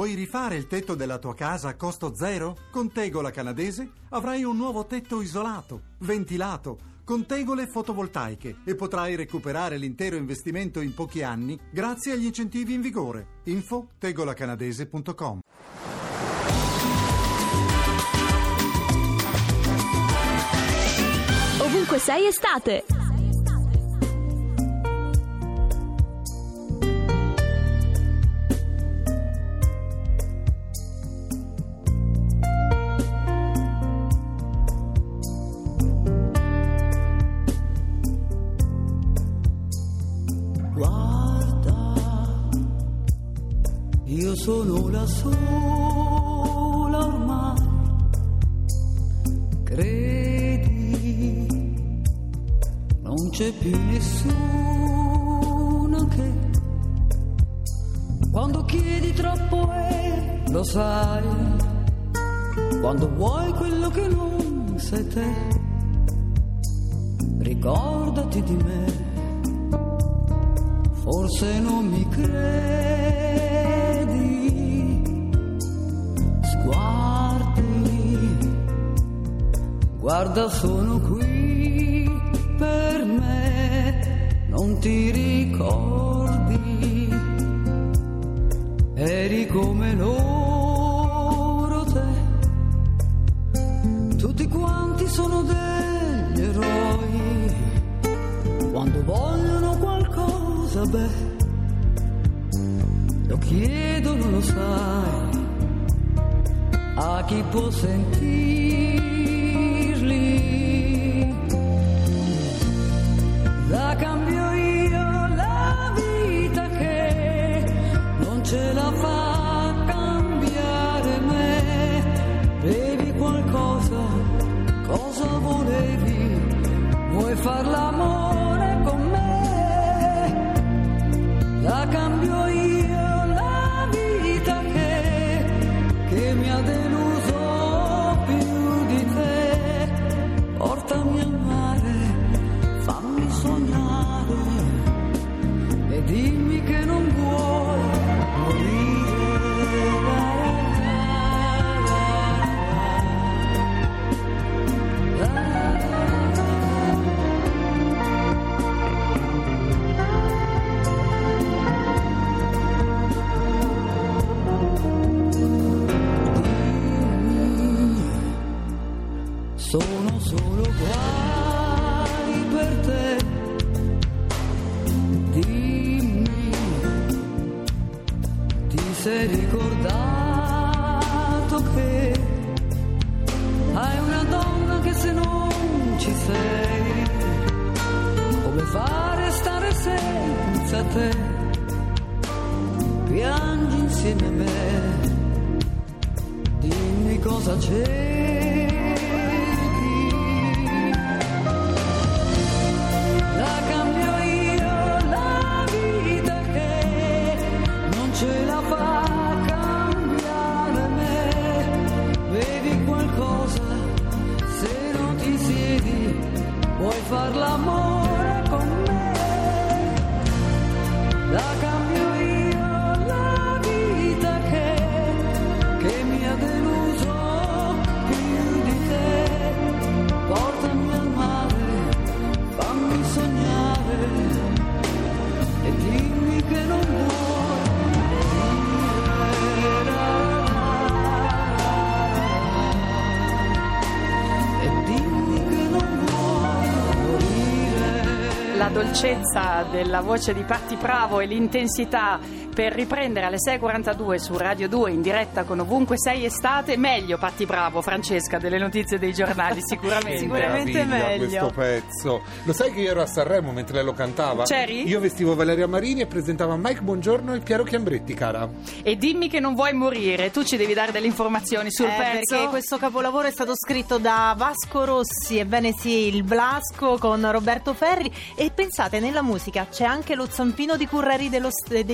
Vuoi rifare il tetto della tua casa a costo zero? Con Tegola Canadese avrai un nuovo tetto isolato, ventilato, con tegole fotovoltaiche e potrai recuperare l'intero investimento in pochi anni grazie agli incentivi in vigore. Info tegolacanadese.com. Ovunque sei estate. Io sono la sola ormai, credi, non c'è più nessuno che quando chiedi troppo lo sai, quando vuoi quello che non sei te, ricordati di me, forse non mi credi. Guarda, sono qui per me, non ti ricordi, eri come loro te, tutti quanti sono degli eroi, quando vogliono qualcosa, lo chiedono, lo sai, a chi può sentirli. La cambio io la vita che non ce la fa cambiare me. Bevi qualcosa, cosa volevi? Vuoi far l'amore con me? La cambio io la vita che mi ha deluso più di te. Portami al mare, fammi sognare e dimmi che non vuoi sono solo guai per te, dimmi, ti sei ricordato che hai una donna che se non ci sei, come fare a stare senza te, piangi insieme a me, dimmi cosa c'è. Vuoi far l'amore con me? La cambio io la vita che mi ha deluso più di te. Portami al mare, fammi sognare e dimmi che non vuoi. La dolcezza della voce di Patti Bravo e l'intensità per riprendere alle 6.42 su Radio 2 in diretta con Ovunque sei estate. Meglio Patti Bravo, Francesca, delle notizie dei giornali, sicuramente meglio questo pezzo. Lo sai che io ero a Sanremo mentre lei lo cantava? C'eri? Io vestivo Valeria Marini e presentava Mike Bongiorno e Piero Chiambretti, cara. E dimmi che non vuoi morire, tu ci devi dare delle informazioni sul pezzo, perché questo capolavoro è stato scritto da Vasco Rossi, ebbene sì, il Blasco con Roberto Ferri. E pensate, nella musica c'è anche lo zampino di Curreri degli stadi.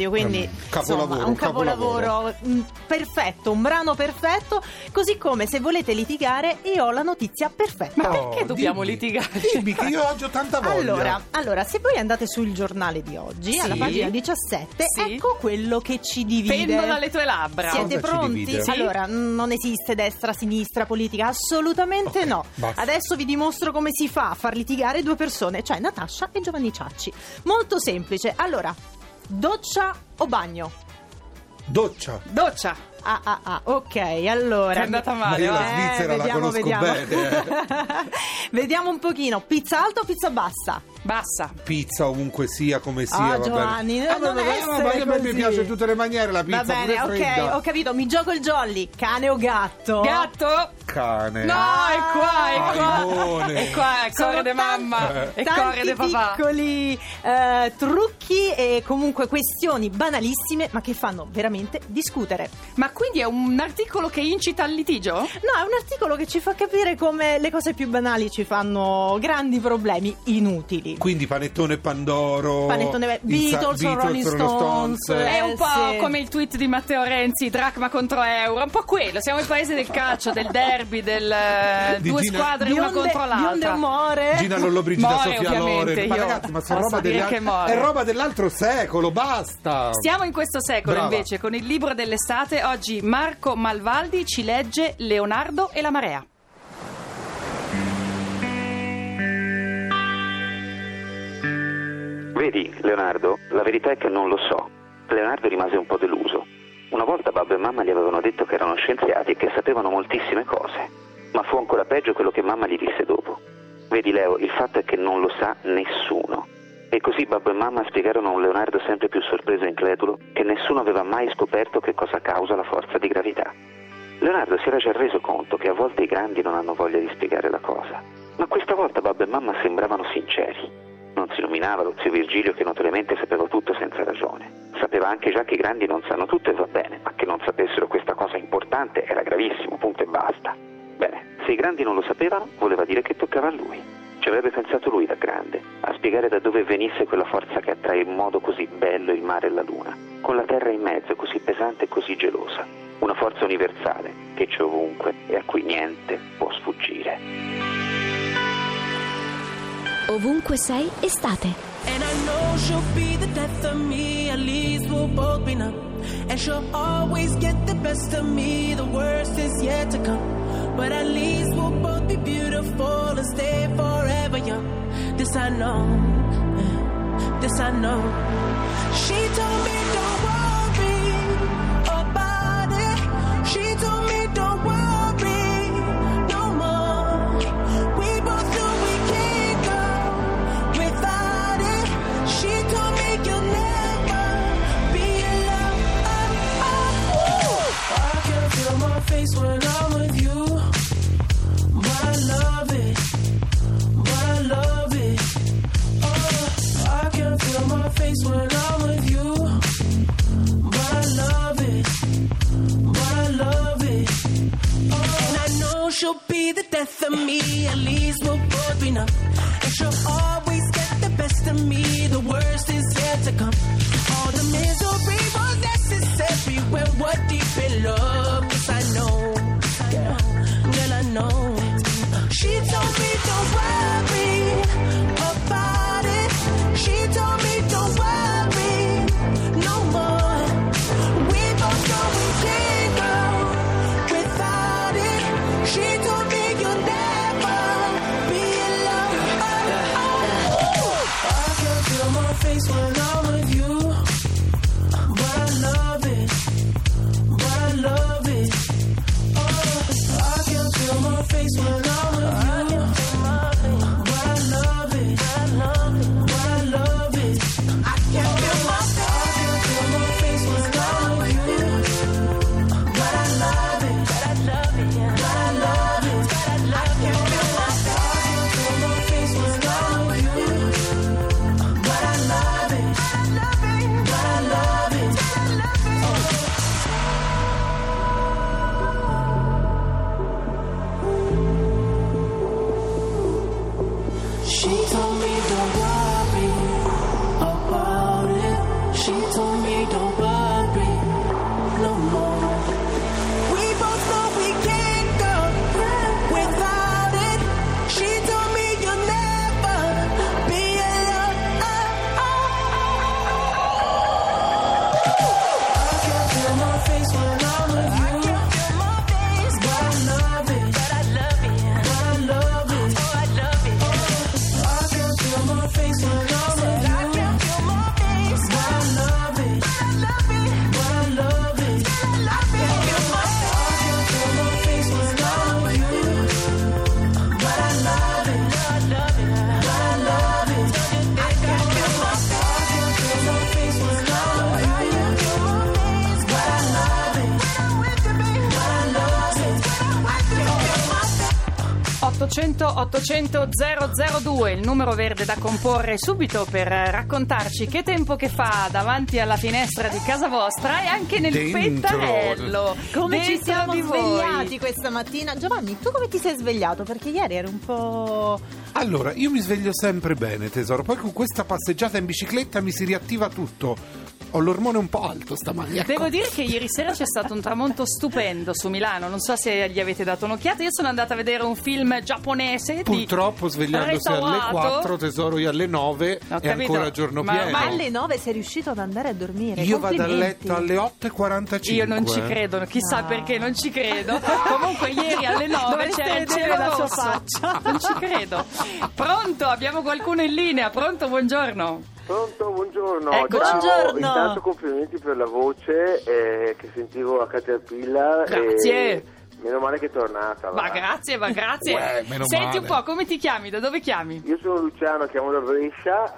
radio, quindi capolavoro, un capolavoro perfetto, un brano perfetto, così come se volete litigare io ho la notizia perfetta. Ma perché dobbiamo litigare? Dimmi che io oggi ho tanta voglia. Allora, se voi andate sul giornale di oggi, alla pagina 17, Sì. ecco quello che ci divide. Pendo dalle tue labbra. Siete Cosa ci pronti? divide? Sì. Allora, non esiste destra, sinistra, politica, assolutamente Ok, no. basta. Adesso vi dimostro come si fa a far litigare due persone, cioè Natascia e Giovanni Ciacci. Molto semplice. Allora, doccia o bagno? Doccia. Doccia. Ok, allora. È andata Ma male. io va? la Svizzera la conosco bene. Vediamo un pochino. Pizza alta o pizza bassa? Bassa. Pizza ovunque sia, come sia, va Giovanni, bene. non essere a me mi così. piace in tutte le maniere la pizza. Va bene, pure fredda. ok, ho capito. Mi gioco il jolly. Cane o gatto? Gatto. Cane. No, è qua. Aimone. È qua, corre de mamma. E corre de papà. Piccoli trucchi e comunque questioni banalissime, ma che fanno veramente discutere. Ma quindi è un articolo che incita al litigio? No, è un articolo che ci fa capire come le cose più banali ci fanno grandi problemi inutili. Quindi Panettone e Pandoro. Beatles o Rolling Stones. È un po' sì. come il tweet di Matteo Renzi, dracma contro euro, un po' quello. Siamo il paese del calcio, del derby, del Di due Gina- squadre Bionde- una contro Bionde l'altra. Amore. Gina Lollobrigida, More, Sofia ovviamente, Loren. Ma io ragazzi, ma sono posso roba dire che more. è roba dell'altro secolo, basta. Stiamo in questo secolo Brava. invece con il libro dell'estate. Oggi Marco Malvaldi ci legge Leonardo e la marea. Vedi, Leonardo, la verità è che non lo so. Leonardo rimase un po' deluso. Una volta babbo e mamma gli avevano detto che erano scienziati e che sapevano moltissime cose. Ma fu ancora peggio quello che mamma gli disse dopo. Vedi, Leo, il fatto è che non lo sa nessuno. E così babbo e mamma spiegarono a un Leonardo sempre più sorpreso e incredulo che nessuno aveva mai scoperto che cosa causa la forza di gravità. Leonardo si era già reso conto che a volte i grandi non hanno voglia di spiegare la cosa. Ma questa volta babbo e mamma sembravano sinceri. Non si nominava lo zio Virgilio che notoriamente sapeva tutto senza ragione. Sapeva anche già che i grandi non sanno tutto e va bene, ma che non sapessero questa cosa importante era gravissimo, punto e basta. Bene, se i grandi non lo sapevano, voleva dire che toccava a lui. Ci avrebbe pensato lui da grande, a spiegare da dove venisse quella forza che attrae in modo così bello il mare e la luna, con la terra in mezzo così pesante e così gelosa. Una forza universale che c'è ovunque e a cui niente può sfuggire. Ovunque sei, estate. And I know she'll be the death of me, at least we'll both be numb. And she'll always get the best of me, the worst is yet to come. But at least we'll both be beautiful and stay forever young. This I know, this I know. She told me don't worry about it. She told me don't worry no more. We both know we can't go without it. She told me you'll never be alone. I can feel my face when I'm with you, but I love it, but I love it. Oh, I can feel my face when I'm with you, but I love it, but I love it. Oh, and I know she'll be the death of me, at least we'll both be numb. And she'll always get the best of me, the worst is yet to come. All the misery was necessary when we're deep in love. Yes, I know, girl, I know. She told me don't worry about it. She told me don't worry no more. We both know we can't go without it. She told me you'll never be alone. I can feel my face when I'm with you, but 800 800 002, il numero verde da comporre subito per raccontarci che tempo che fa davanti alla finestra di casa vostra e anche nel pettarello. Come ci dentro siamo di voi. svegliati questa mattina. Giovanni, tu come ti sei svegliato? Perché ieri eri un po'... Allora, io mi sveglio sempre bene, tesoro. Poi con questa passeggiata in bicicletta mi si riattiva tutto. Ho l'ormone un po' alto stamattina. Ecco. Devo dire che ieri sera c'è stato un tramonto stupendo su Milano. Non so se gli avete dato un'occhiata. Io sono andata a vedere un film giapponese. Purtroppo svegliandosi alle 4, tesoro, io alle 9 è ancora giorno pieno. Ma alle 9 sei riuscito ad andare a dormire? Io vado a letto alle 8:45. Io non ci credo, chissà perché non ci credo. Comunque ieri alle 9 c'era il cielo rosso. Non ci credo. Pronto? Abbiamo qualcuno in linea. Pronto? Buongiorno. Pronto, buongiorno. Ecco, buongiorno. Intanto complimenti per la voce che sentivo a Caterpillar. Grazie. Meno male che è tornata. Ma grazie. Senti un po', come ti chiami? Da dove chiami? Io sono Luciano, chiamo da Brescia.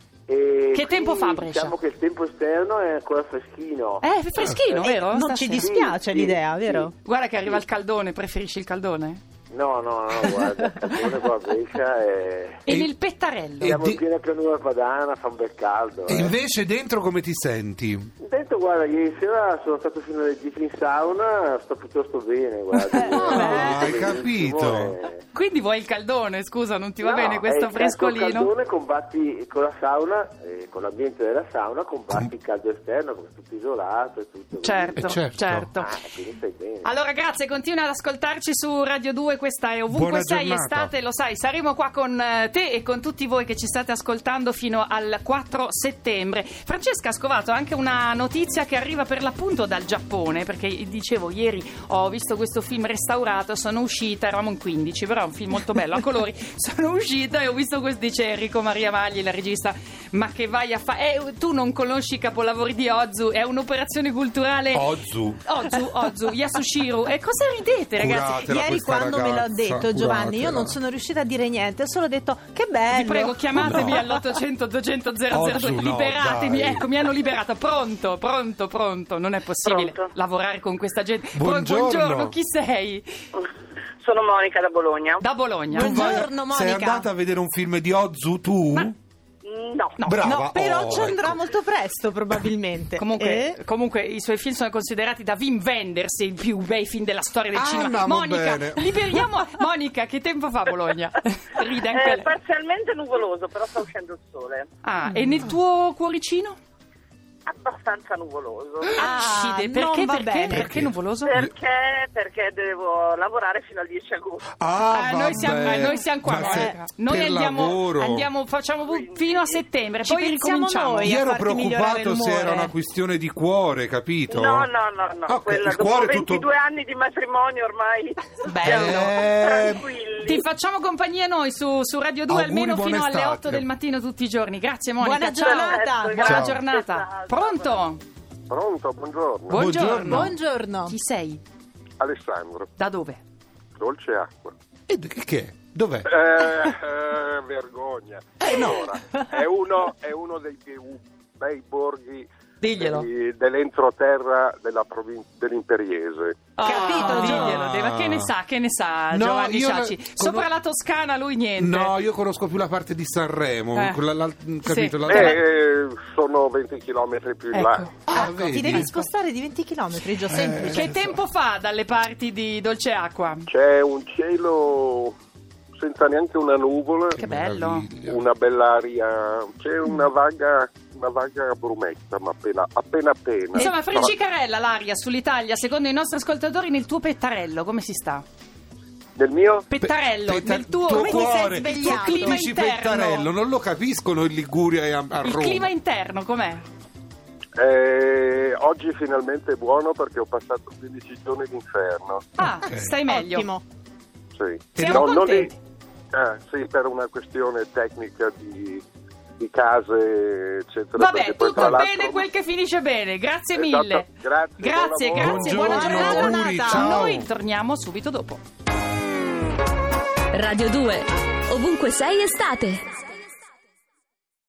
E che tempo fa a Brescia? Diciamo che il tempo esterno è ancora freschino. Freschino, vero? Non ci dispiace l'idea, vero? Sì. Guarda che arriva il caldone, preferisci il caldone? No, guarda, il caldone qua a Brescia è... E nel pettarello? Siamo in piena pianura padana, fa un bel caldo. E invece dentro come ti senti? Dentro, guarda, ieri sera sono stato fino alle 10 in sauna, sto piuttosto bene, guarda. Hai capito? Quindi vuoi il caldone, scusa, non ti va bene questo frescolino? Il caldone combatti con la sauna, con l'ambiente della sauna, combatti il caldo esterno, perché è tutto isolato e tutto. Certo. Quindi stai bene. Allora grazie, continua ad ascoltarci su Radio 2, questa è Ovunque Buona Sei giornata. Estate, lo sai, saremo qua con te e con tutti voi che ci state ascoltando fino al 4 settembre. Francesca ha scovato anche una notizia che arriva per l'appunto dal Giappone, perché dicevo ieri ho visto questo film restaurato, sono uscita, eravamo in 15, però è un film molto bello a colori, sono uscita e ho visto questo, dice Enrico Maria Magli, la regista, ma che vai a fare? Tu non conosci i capolavori di Ozu, è un'operazione culturale Ozu, Yasushiro, e cosa ridete ragazzi? Curatela Ieri questa quando me l'ha ragazza, detto Giovanni, io curatela. non sono riuscita a dire niente, ho solo detto che bello. Vi prego, chiamatemi all'800 800 002, Ozu, no, liberatemi, dai. ecco, mi hanno liberato. Pronto, non è possibile lavorare con questa gente. Buongiorno. Chi sei? Sono Monica da Bologna. Da Bologna. Buongiorno Monica. Sei andata a vedere un film di Ozu tu? No. Brava. No, però ci andrà molto presto probabilmente. Comunque i suoi film sono considerati da Wim Wenders i più bei film della storia del cinema. andiamo Monica, bene. liberiamo Monica, che tempo fa a Bologna? Ride anche lei. Parzialmente nuvoloso, però sta uscendo il sole. E nel tuo cuoricino? Abbastanza nuvoloso. Accidenti, non va perché? bene. Perché nuvoloso? Perché devo lavorare fino al 10 agosto. Noi siamo qua, Monica. Noi andiamo, facciamo fino a settembre, Ci poi pensiamo ricominciamo. noi. Io ero farti migliorare preoccupato se l'umore. era una questione di cuore, capito? No. Ok, Quella, il dopo cuore 22 tutto... anni di matrimonio ormai Bello. tranquilli. Ti facciamo compagnia noi su Radio 2 Auguri, almeno buona fino alle estate. 8 del mattino tutti i giorni. Grazie Monica. Buona Ciao. giornata. Buona Ciao. giornata. Ciao. Pronto? Pronto, buongiorno. Buongiorno. Chi sei? Alessandro, Da dove? dolce acqua. E che? Dov'è? Vergogna. No. Allora, è uno dei più bei borghi Diglielo. dell'entroterra dell'Imperiese. Capito, diglielo. Ma che ne sa No, Giovanni io Ciacci? Sopra la Toscana lui niente. No, io conosco più la parte di Sanremo, capito? Sì. Sono 20 chilometri più in là. Ti vedi? devi spostare di 20 km, Gio, semplice. Che tempo fa dalle parti di Dolce Acqua? C'è un cielo senza neanche una nuvola, Che bello. Meraviglia. una bella aria, c'è una vaga brumetta, ma appena. Insomma, fricicarella l'aria sull'Italia, secondo i nostri ascoltatori, nel tuo pettarello, come si sta? Nel mio? Pettarello, nel tuo come ti sei cuore, svegliato? tu clima dici interno. pettarello, non lo capiscono in Liguria e a Il Roma. clima interno com'è? Oggi finalmente è buono perché ho passato 15 giorni d'inferno. Stai meglio. Ottimo. Sì. Siamo contenti. Sì, per una questione tecnica di case, eccetera. Vabbè, perché poi, tutto tra l'altro, bene quel che finisce bene. Grazie Esatto. mille. Grazie, buon lavoro. Buona Buongiorno, giornata. auguri, ciao. Noi torniamo subito dopo. Radio 2. Ovunque sei estate.